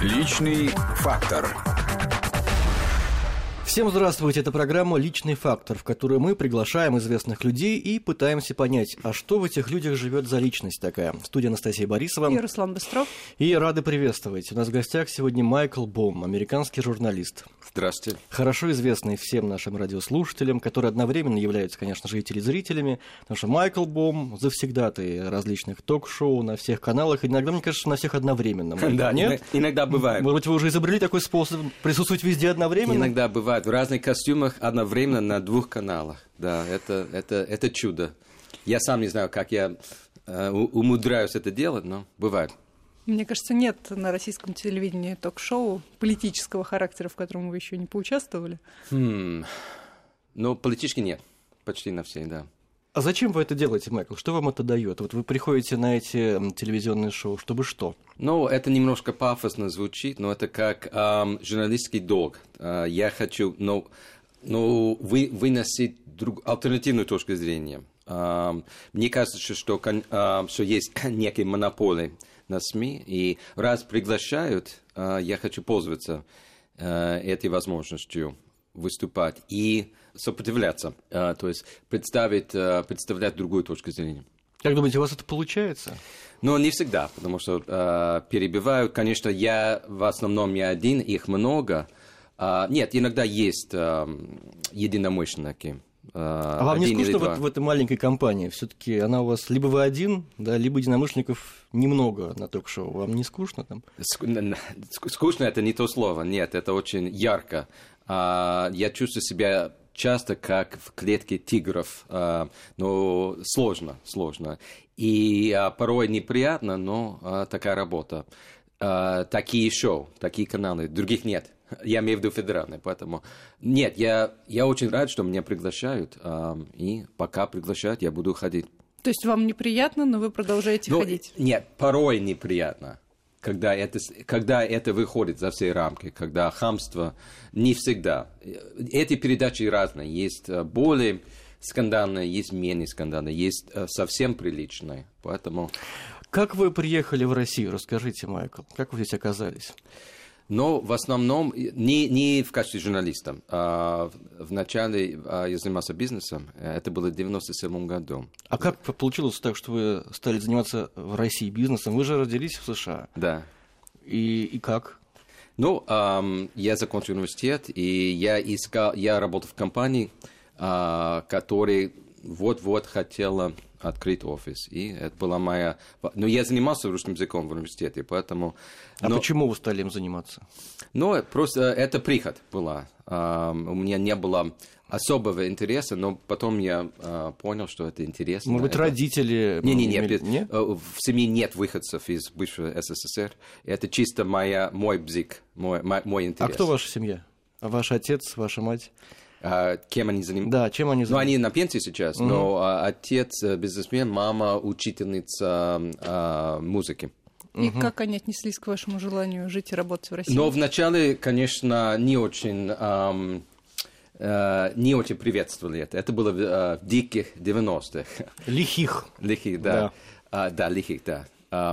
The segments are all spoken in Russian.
Личный фактор. Всем здравствуйте, это программа «Личный фактор», в которой мы приглашаем известных людей и пытаемся понять, а что в этих людях живет за личность такая. В студии Анастасия Борисова. И Руслан Быстров. И рады приветствовать. У нас в гостях сегодня Майкл Бом, американский журналист. Здравствуйте. Хорошо известный всем нашим радиослушателям, которые одновременно являются, конечно же, и телезрителями, потому что Майкл Бом завсегдатый различных ток-шоу на всех каналах, иногда, мне кажется, на всех одновременно. Да, нет? Иногда бывает. Может быть, вы уже изобрели такой способ присутствовать везде одновременно? Иногда бывает. В разных костюмах одновременно на двух каналах. Да, это чудо. Я сам не знаю, как я умудряюсь это делать, но бывает. Мне кажется, нет на российском телевидении ток-шоу политического характера, в котором вы еще не поучаствовали. Ну, политически нет. Почти на все, да. А зачем вы это делаете, Майкл? Что вам это дает? Вот вы приходите на эти телевизионные шоу, чтобы что? Ну, это немножко пафосно звучит, но это как журналистский долг. Я хочу выносить альтернативную точку зрения. Мне кажется, что есть некие монополии на СМИ, и раз приглашают, я хочу пользоваться этой возможностью выступать и сопротивляться, то есть представлять другую точку зрения. Как думаете, у вас это получается? Но не всегда, потому что перебивают. Конечно, я в основном не один, их много. Нет, иногда есть единомышленники. А вам не скучно в этой маленькой компании? Все-таки она у вас либо вы один, да, либо единомышленников немного на ток-шоу. Вам не скучно там? Скучно — это не то слово. Нет, это очень ярко. Я чувствую себя часто как в клетке тигров, но сложно. И порой неприятно, но такая работа. Такие шоу, такие каналы, других нет. Я имею в виду федеральные, поэтому... Нет, я очень рад, что меня приглашают, и пока приглашают, я буду ходить. То есть вам неприятно, но вы продолжаете ходить? Нет, порой неприятно. Когда это выходит за все рамки, когда хамство не всегда. Эти передачи разные. Есть более скандальные, есть менее скандальные, есть совсем приличные. Поэтому... Как вы приехали в Россию? Расскажите, Майкл. Как вы здесь оказались? Но в основном не в качестве журналиста. Вначале я занимался бизнесом. Это было в 1997 году. А как получилось так, что вы стали заниматься в России бизнесом? Вы же родились в США. Да. И как? Ну, я закончил университет, и я работал в компании, которая вот-вот хотела открыть офис. И это была моя... Но я занимался русским языком в университете, поэтому... Почему вы стали им заниматься? Ну, просто это прихоть была. У меня не было особого интереса, но потом я понял, что это интересно. Может быть, родители... Нет? В семье нет выходцев из бывшего СССР. Это чисто мой бзик, мой интерес. А кто ваша семья? Ваш отец, ваша мать? Кем они занимаются? Да, чем они занимаются? Ну, они на пенсии сейчас, но отец бизнесмен, мама учительница музыки. И как они отнеслись к вашему желанию жить и работать в России? Но вначале, конечно, не очень приветствовали это. Это было в диких 90-х. Лихих. Лихих, да. Да, лихих, да.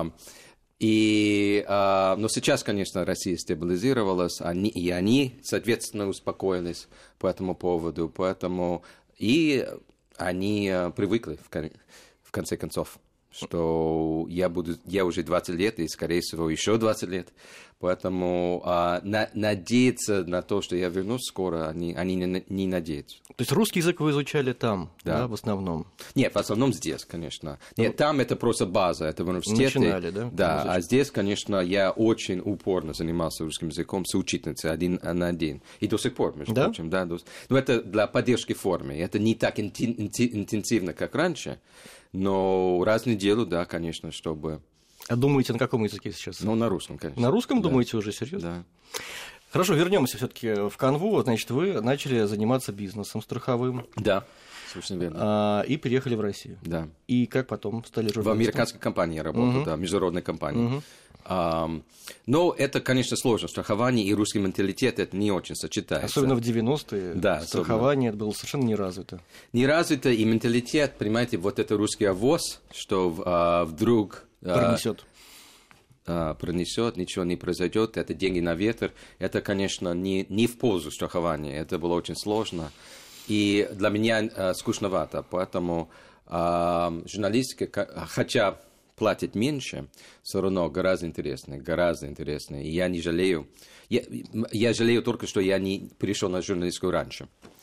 Но сейчас, конечно, Россия стабилизировалась, и они, соответственно, успокоились по этому поводу, и они привыкли, в конце концов, что я уже 20 лет, и, скорее всего, еще 20 лет, поэтому надеяться на то, что я вернусь скоро, они не надеются. То есть русский язык вы изучали там, да, в основном? Нет, в основном здесь, конечно. Нет, там это просто база, это в университете. Начинали, да? Да, а здесь, конечно, я очень упорно занимался русским языком с учительницей 1 на 1. И до сих пор, между прочим, да. Но это для поддержки формы. Это не так интенсивно, как раньше, но раз в неделю, да, конечно, чтобы... А думаете, на каком языке сейчас? Ну, на русском, конечно. На русском думаете уже, серьезно? Да. Хорошо, вернемся все-таки в канву. Значит, вы начали заниматься бизнесом страховым. Да, совершенно верно. И переехали в Россию. Да. И как потом стали журналистом? В американской компании я работал, да, международной компании. Но это, конечно, сложно. Страхование и русский менталитет это не очень сочетается. Особенно в 90-е. Да, страхование это было совершенно не развито. Не развито, и менталитет, понимаете, вот это русский авось, что вдруг... Принесет. пронесет, ничего не произойдет, это деньги на ветер. Это, конечно, не в пользу страхования. Это было очень сложно. И для меня скучновато. Поэтому журналистика, хотя платит меньше, все равно гораздо интереснее. И я не жалею. Я жалею только, что я не перешел на журналистику раньше.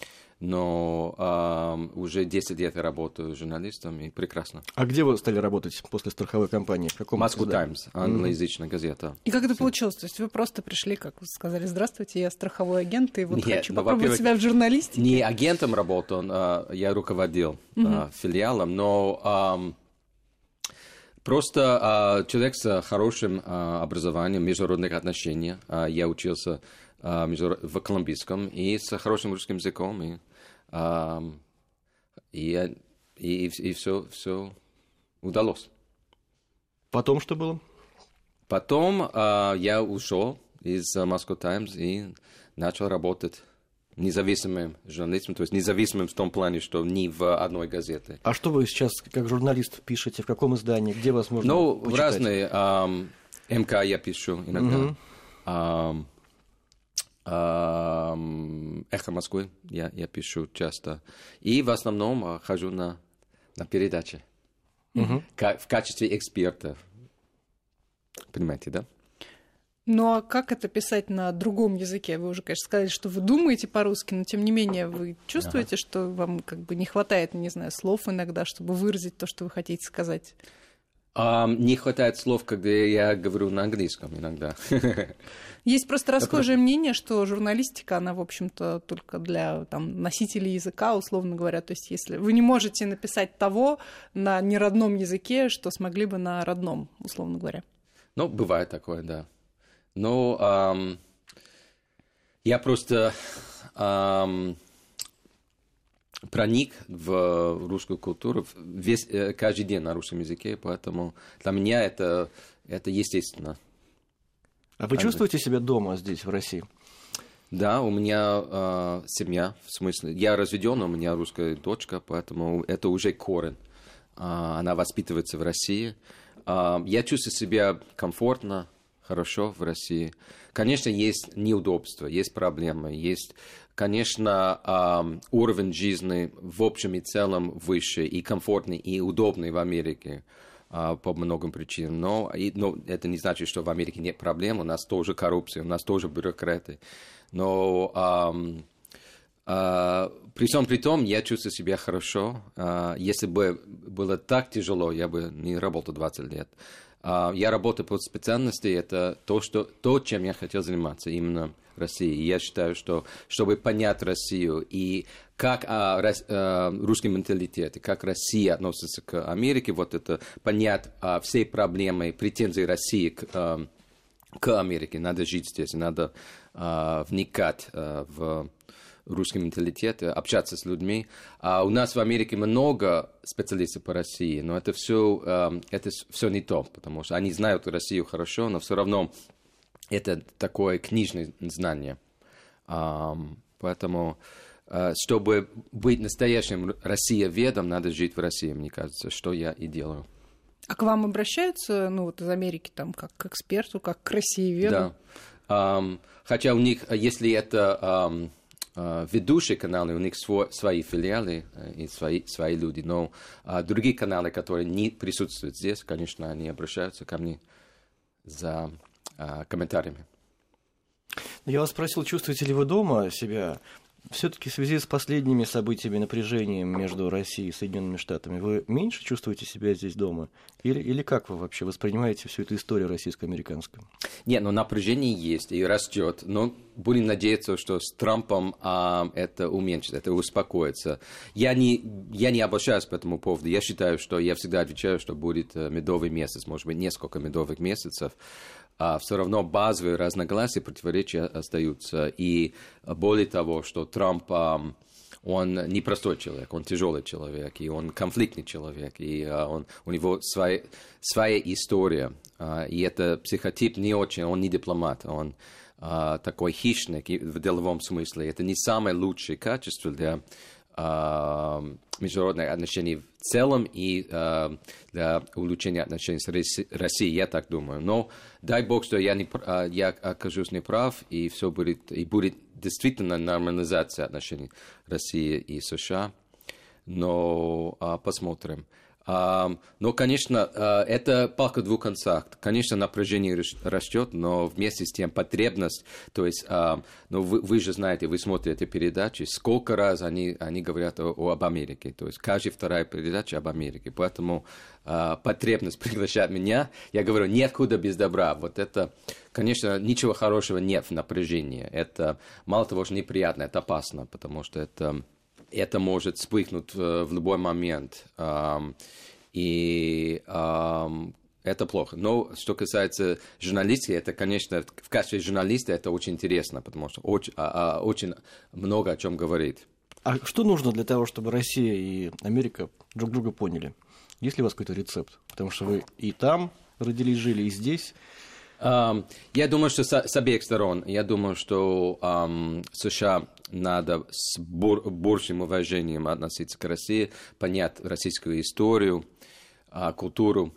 Но уже 10 лет я работаю журналистом, и прекрасно. А где вы стали работать после страховой компании? В каком Moscow Times, англоязычная газета. И как это получилось? То есть вы просто пришли, как вы сказали, здравствуйте, я страховой агент, и вот хочу попробовать во-первых, себя в журналистике? Не агентом работал, я руководил филиалом, но просто человек с хорошим образованием, международных отношений. Я учился в колумбийском и с хорошим русским языком, и все удалось. Потом что было? Потом я ушел из Moscow Times и начал работать независимым журналистом, то есть независимым в том плане, что не в одной газете. А что вы сейчас как журналист пишете? В каком издании? Где вас можно почитать? В разные. МК я пишу иногда. Эхо Москвы я пишу часто. И в основном хожу на передачи. В качестве эксперта. Понимаете, да? Ну а как это писать на другом языке? Вы уже, конечно, сказали, что вы думаете по-русски, но тем не менее вы чувствуете, что вам как бы не хватает, не знаю, слов иногда, чтобы выразить то, что вы хотите сказать? Не хватает слов, когда я говорю на английском иногда. Есть просто расхожее мнение, что журналистика, она, в общем-то, только для там, носителей языка, условно говоря. То есть если вы не можете написать того на неродном языке, что смогли бы на родном, условно говоря. Ну, бывает такое, да. Но я просто проник в русскую культуру каждый день на русском языке, поэтому для меня это естественно. А вы чувствуете себя дома здесь, в России? Да, у меня семья, в смысле, я разведен, у меня русская дочка, поэтому это уже корень. Она воспитывается в России. Я чувствую себя комфортно, хорошо в России. Конечно, есть неудобства, есть проблемы, есть, конечно, уровень жизни в общем и целом выше и комфортный, и удобный в Америке по многим причинам. Но это не значит, что в Америке нет проблем, у нас тоже коррупция, у нас тоже бюрократы. Но при всем при том, я чувствую себя хорошо. Если бы было так тяжело, я бы не работал 20 лет. Я работаю по специальности, это то, чем я хотел заниматься, именно России. И я считаю, что чтобы понять Россию и как русский менталитет, и как Россия относится к Америке, вот это понять все проблемы, претензии России к Америке, надо жить здесь, надо вникать в русский менталитет, общаться с людьми. У нас в Америке много специалистов по России, но это все не то, потому что они знают Россию хорошо, но все равно это такое книжное знание. Поэтому, чтобы быть настоящим россиеведом, надо жить в России, мне кажется, что я и делаю. А к вам обращаются, из Америки, там, как к эксперту, как к россиеведу? Да. Хотя у них, если это ведущие каналы, у них свои филиалы и свои люди, но другие каналы, которые не присутствуют здесь, конечно, они обращаются ко мне за комментариями. Я вас спросил, чувствуете ли вы дома себя? Все-таки в связи с последними событиями, напряжением между Россией и Соединенными Штатами, вы меньше чувствуете себя здесь дома? Или как вы вообще воспринимаете всю эту историю российско-американскую? Нет, напряжение есть и растет. Но будем надеяться, что с Трампом это уменьшится, это успокоится. Я не обольщаюсь по этому поводу. Я считаю, что я всегда отвечаю, что будет медовый месяц, может быть, несколько медовых месяцев. Все равно базовые разногласия, противоречия остаются. И более того, что Трамп, он непростой человек, он тяжелый человек, и он конфликтный человек, и у него своя история. И это психотип не очень, он не дипломат, он такой хищник в деловом смысле. Это не самое лучшее качество для международных отношений в целом и для улучшения отношений с Россией, я так думаю. Но дай бог, что я окажусь неправ, и все будет действительно нормализация отношений России и США. Но посмотрим. Но, конечно, это палка в двух концах. Конечно, напряжение растет, но вместе с тем потребность, то есть, ну, вы же знаете, вы смотрите передачи, сколько раз они говорят об Америке, то есть каждая вторая передача об Америке, поэтому потребность приглашать меня, я говорю, нет худа без добра, вот это, конечно, ничего хорошего нет в напряжении, это мало того, что неприятно, это опасно, потому что это может вспыхнуть в любой момент. И это плохо. Но что касается журналистики, это, конечно, в качестве журналиста это очень интересно, потому что очень много о чем говорит. А что нужно для того, чтобы Россия и Америка друг друга поняли? Есть ли у вас какой-то рецепт? Потому что вы и там родились, жили, и здесь. Я думаю, что с обеих сторон. Я думаю, что США надо с большим уважением относиться к России, понять российскую историю, культуру,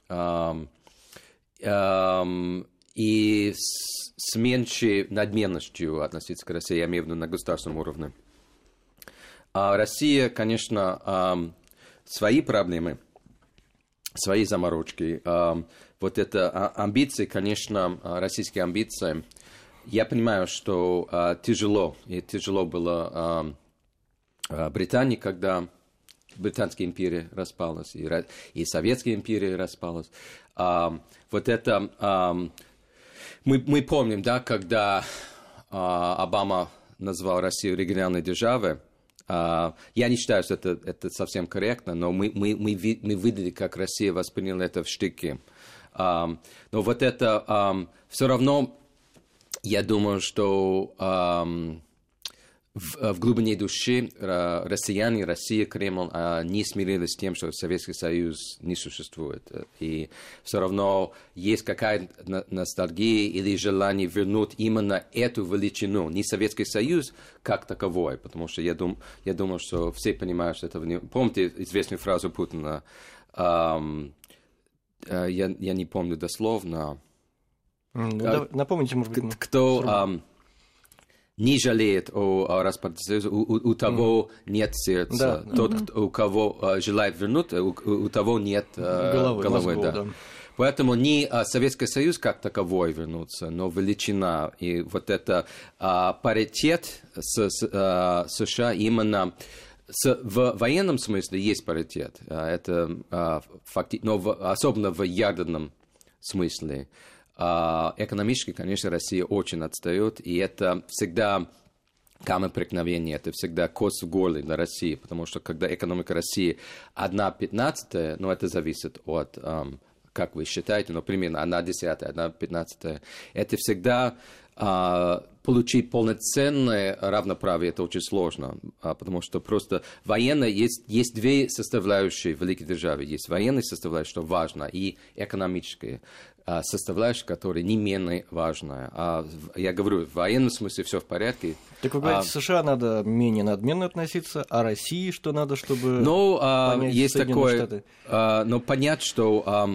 и с меньшей надменностью относиться к России, я имею в виду на государственном уровне. А Россия, конечно, свои проблемы, свои заморочки. Вот это амбиции, конечно, российские амбиции. Я понимаю, что тяжело было Британии, когда Британская империя распалась, и Советская империя распалась. Вот это мы помним, да, когда Обама назвал Россию региональной державой. Я не считаю, что это совсем корректно, но мы видели, как Россия восприняла это в штыки. Но вот это все равно, я думаю, что в глубине души россияне, Россия, Кремль не смирились с тем, что Советский Союз не существует. И все равно есть какая-то ностальгия или желание вернуть именно эту величину, не Советский Союз как таковой, потому что я думаю, что все понимают, что это... Помните известную фразу Путина? Я не помню дословно. Напомните, может быть. Кто не жалеет о распаде Союза, у того нет сердца. Да. Тот, у кого желает вернуть, у того нет головы. Мозгов, Да. да. Поэтому не Советский Союз как таковой вернуться, но величина. И вот это паритет с США именно... В военном смысле есть паритет, это но особенно в ядерном смысле. Экономически, конечно, Россия очень отстает, и это всегда камень преткновения, это всегда кость в горле для России, потому что когда экономика России 1/15, ну, это зависит от, как вы считаете, но примерно 1/10, 1/15, это всегда... Получить полноценное равноправие это очень сложно, потому что просто военная есть две составляющие в великой державе. Есть военная составляющая, что важно, и экономическая составляющая, которая не менее важная. Я говорю, в военном смысле все в порядке. Так вы говорите, США надо менее надменно относиться, а России что надо, чтобы понять есть Соединенные такое, Штаты? но понять, что...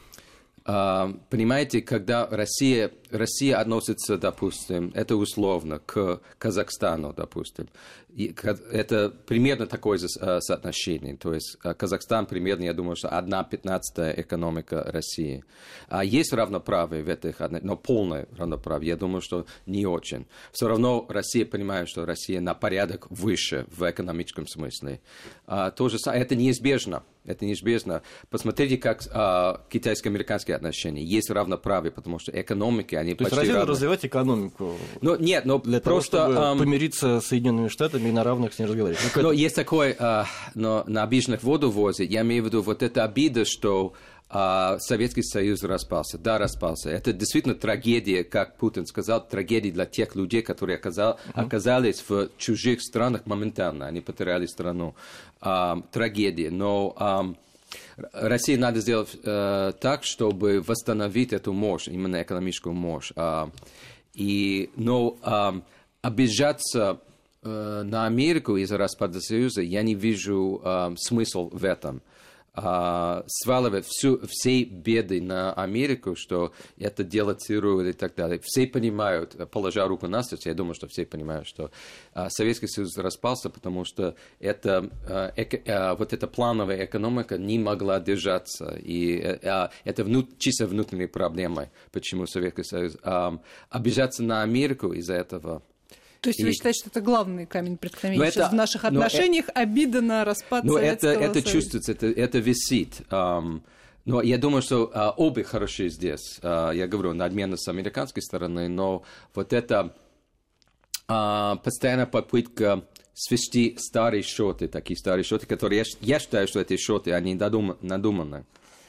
Понимаете, когда Россия относится, допустим, это условно, к Казахстану, допустим, это примерно такое же соотношение. То есть Казахстан примерно, я думаю, что 1/15 экономика России. Есть равноправие в этих, но полное равноправие, я думаю, что не очень. Все равно Россия понимает, что Россия на порядок выше в экономическом смысле. То же самое, это неизбежно. Это неизбежно. Посмотрите, как китайско-американские отношения. Есть равноправие, потому что экономики, они То почти есть Россия равны. развивать экономику Нет, но для просто... того, чтобы помириться с Соединенными Штатами и на равных с ней разговаривать. Но есть такое, но на обиженных воду возят. Я имею в виду вот эта обида, что Советский Союз распался. Да, распался. Это действительно трагедия, как Путин сказал, трагедия для тех людей, которые оказались в чужих странах моментально. Они потеряли страну. Трагедия. Но России надо сделать так, чтобы восстановить эту мощь, именно экономическую мощь. Но обижаться на Америку из-за распада Союза я не вижу смысл в этом. Сваливать все беды на Америку, что это дело ЦРУ и так далее. Все понимают, положа руку на сердце, я думаю, что все понимают, что Советский Союз распался, потому что вот эта плановая экономика не могла держаться. И это чисто внутренние проблемы, почему Советский Союз. Обижаться на Америку из-за этого... То есть вы считаете, что это главный камень преткновения сейчас в наших отношениях, обида на распад Советского Союза? Это чувствуется, это висит. Но я думаю, что обе хороши здесь. Я говорю, надменно с американской стороны, но вот это постоянная попытка свести старые счеты, такие старые счеты, которые я считаю, что эти счеты, они надуманы.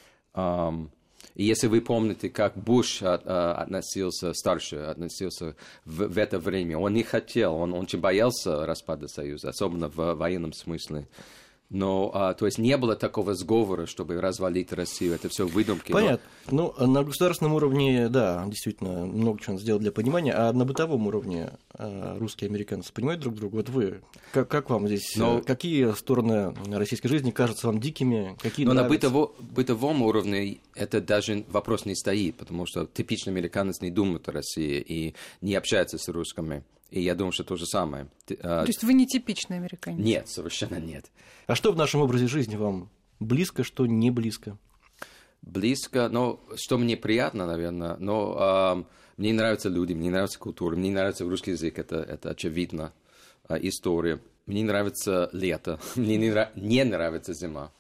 И если вы помните, как Буш старший относился в это время, он не хотел, он очень боялся распада Союза, особенно в военном смысле. Но, то есть, не было такого сговора, чтобы развалить Россию. Это все выдумки. Понятно. Ну, на государственном уровне, да, действительно, много чего надо сделать для понимания. А на бытовом уровне русские и американцы понимают друг друга? Вот вы, как вам здесь, какие стороны российской жизни кажутся вам дикими, какие нравятся? На бытовом уровне это даже вопрос не стоит, потому что типичный американец не думает о России и не общается с русскими. И я думаю, что то же самое. То есть вы не типичный американец? Нет, совершенно нет. А что в нашем образе жизни вам близко, что не близко? Близко, но что мне приятно, наверное, но мне нравятся люди, мне нравится культура, мне нравится русский язык, это очевидно, история. Мне нравится лето, мне не нравится зима.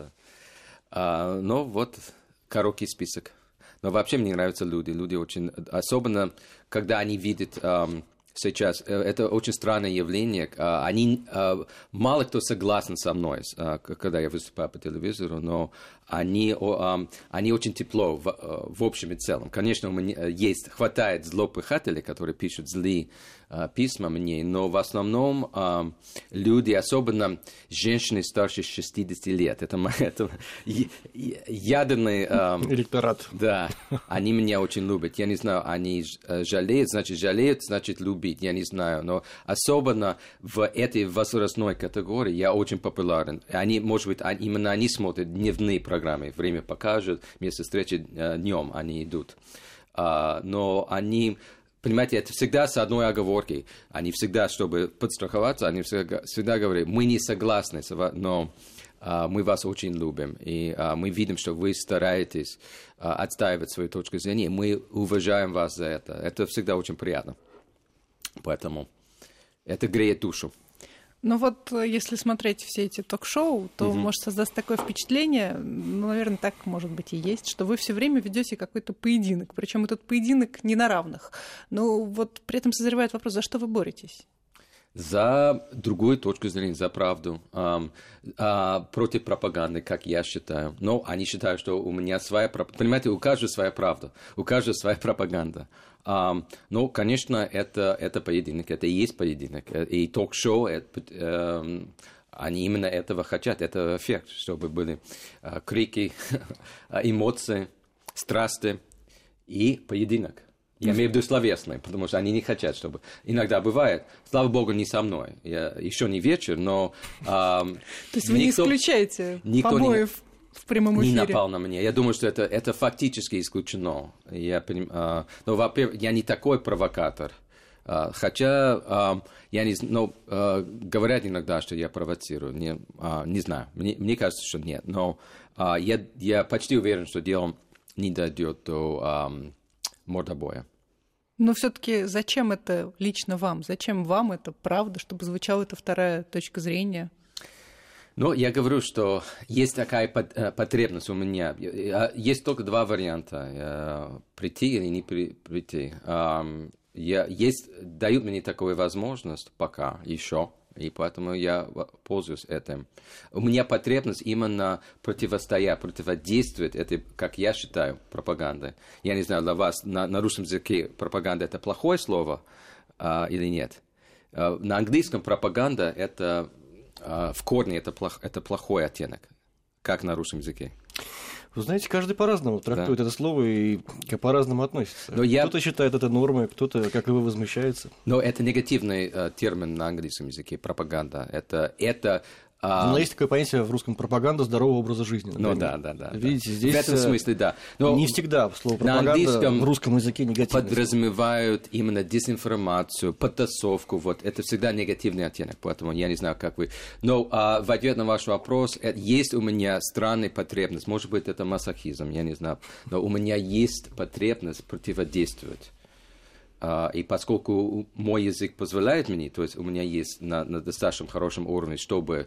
Но вот короткий список. Но вообще мне нравятся люди. Люди очень... Особенно, когда они видят... Сейчас это очень странное явление. Мало кто согласен со мной, когда я выступаю по телевизору, но они очень тепло в общем и целом. Конечно, у меня хватает злопыхателей, которые пишут злые письма мне, но в основном люди, особенно женщины старше 60 лет, это ядерный... Электорат. Да, они меня очень любят. Я не знаю, они жалеют, значит любить, я не знаю, но особенно в этой возрастной категории я очень популярен. Они, может быть, именно они смотрят дневные программы, время покажет, вместо встречи днем они идут. Но они... Понимаете, это всегда с одной оговоркой. Они всегда, чтобы подстраховаться, они всегда говорят, мы не согласны, но мы вас очень любим. И мы видим, что вы стараетесь отстаивать свою точку зрения. Мы уважаем вас за это. Это всегда очень приятно. Поэтому это греет душу. Ну вот, если смотреть все эти ток-шоу, то может создаться такое впечатление, ну, наверное, так, может быть, и есть, что вы все время ведете какой-то поединок, причем этот поединок не на равных. Но вот при этом созревает вопрос, за что вы боретесь? За другую точку зрения, за правду, против пропаганды, как я считаю. Но они считают, что у меня своя пропаганда. Понимаете, у каждого своя правда, у каждого своя пропаганда. Но, конечно, это поединок, это и есть поединок. И ток-шоу, они именно этого хотят, это эффект, чтобы были крики, эмоции, страсти и поединок. Я имею в виду словесный, потому что они не хотят, чтобы... Иногда бывает, слава богу, не со мной. Еще не вечер, но... То есть вы не исключаете побоев в прямом эфире? Не напал на меня. Я думаю, что это фактически исключено. Но, во-первых, я не такой провокатор. Хотя, я не знаю, говорят иногда, что я провоцирую. Не знаю. Мне кажется, что нет. Но я почти уверен, что дело не дойдет до мордобоя. Но все-таки зачем это лично вам? Зачем вам это правда, чтобы звучала эта вторая точка зрения? Ну, я говорю, что есть такая потребность у меня. Есть только два варианта. Прийти или не прийти. Дают мне такую возможность пока еще. И поэтому я пользуюсь этим. У меня потребность именно противодействовать этой, как я считаю, пропаганде. Я не знаю, для вас на русском языке пропаганда – это плохое слово или нет. На английском пропаганда – это в корне это плохой оттенок, как на русском языке. Вы знаете, каждый по-разному трактует это слово и по-разному относится. Кто-то считает это нормой, кто-то, как и вы, возмущается. Но это негативный термин на английском языке, пропаганда. Но есть такое понятие в русском — пропаганда здорового образа жизни. Ну да. Видите, здесь в этом смысле, да. Но не всегда слово пропаганда в русском языке негативно. Подразумевают именно дезинформацию, подтасовку. Вот. Это всегда негативный оттенок, поэтому я не знаю, как вы. Но в ответ на ваш вопрос, есть у меня странная потребность, может быть, это мазохизм, я не знаю, но у меня есть потребность противодействовать. И поскольку мой язык позволяет мне, то есть у меня есть на достаточно хорошем уровне, чтобы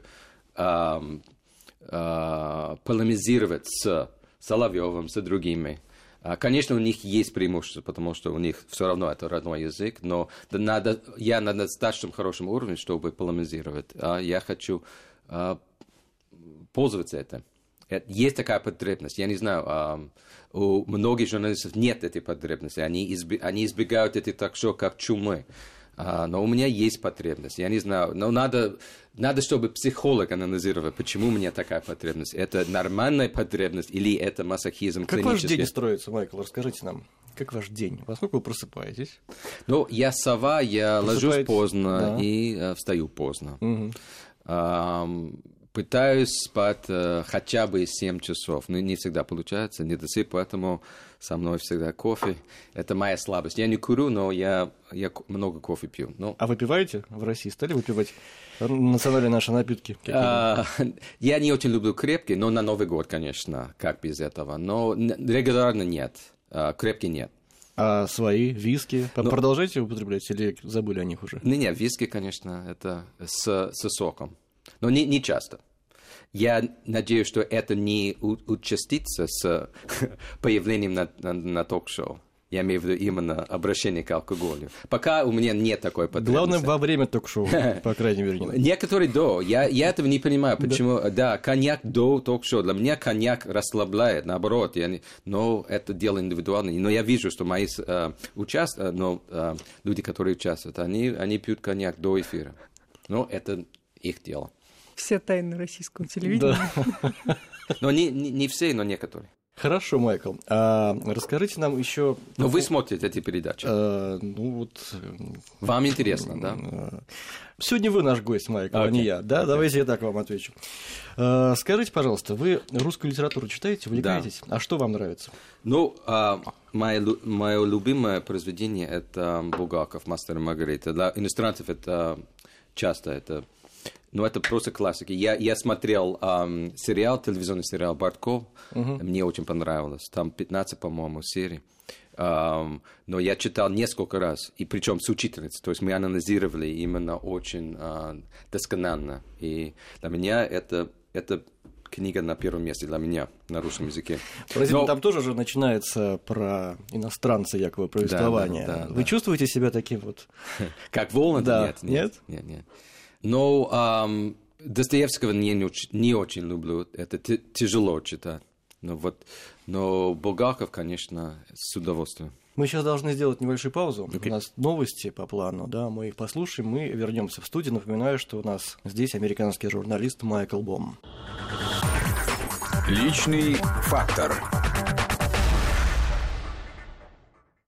полемизировать с Соловьевым, с другими. Конечно, у них есть преимущество, потому что у них все равно это родной язык, но я на достаточно хорошем уровне, чтобы полемизировать. Я хочу пользоваться этим. Есть такая потребность. Я не знаю, у многих журналистов нет этой потребности. Они избегают этой ток-шоу как чумы. Но у меня есть потребность. Я не знаю, но надо, чтобы психолог анализировал, почему у меня такая потребность. Это нормальная потребность или это мазохизм клинический? Как ваш день строится, Майкл? Расскажите нам. Как ваш день? Во сколько вы просыпаетесь? Ну, я сова, я ложусь поздно и встаю поздно. Пытаюсь спать хотя бы 7 часов, но не всегда получается, не досып, поэтому со мной всегда кофе. Это моя слабость. Я не курю, но я много кофе пью. А вы пиваете в России? Стали выпивать национальные наши напитки? Я не очень люблю крепкий, но на Новый год, конечно, как без этого. Но регулярно нет, крепкий нет. А свои виски продолжаете употреблять или забыли о них уже? Нет, виски, конечно, это с соком. Но не часто. Я надеюсь, что это не участится с появлением на ток-шоу. Я имею в виду именно обращение к алкоголю. Пока у меня нет такой потребности. Главное, во время ток-шоу, по крайней мере. Некоторые до. Я этого не понимаю, почему. Да, коньяк до ток-шоу. Для меня коньяк расслабляет, наоборот. Но это дело индивидуальное. Но я вижу, что мои люди, которые участвуют, они пьют коньяк до эфира. Но это их дело. Все тайны российского телевидения. Да. Но не все, но некоторые. Хорошо, Майкл. Расскажите нам еще. Но вы смотрите эти передачи. Вам интересно, да? Сегодня вы наш гость, Майкл, а не я. Да, давайте я так вам отвечу. Скажите, пожалуйста, вы русскую литературу читаете, увлекаетесь? Да. А что вам нравится? Ну, мое любимое произведение — это Булгаков, «Мастер и Маргарита». Для иностранцев это часто это. Но это просто классика. Я смотрел телевизионный сериал «Бартко». Мне очень понравилось. Там 15, по-моему, серий. Но я читал несколько раз, и причем с учительницей. То есть мы анализировали именно очень досконально. И для меня это книга на первом месте для меня на русском языке. Поразительно, там тоже же начинается про иностранца якобы повествование. Да, Вы чувствуете себя таким вот? Как волна? Да. Нет. Но Достоевского не очень люблю, это тяжело читать. Но Булгаков, конечно, с удовольствием. Мы сейчас должны сделать небольшую паузу. У нас новости по плану, да, мы их послушаем, мы вернемся в студию. Напоминаю, что у нас здесь американский журналист Майкл Бом. Личный фактор.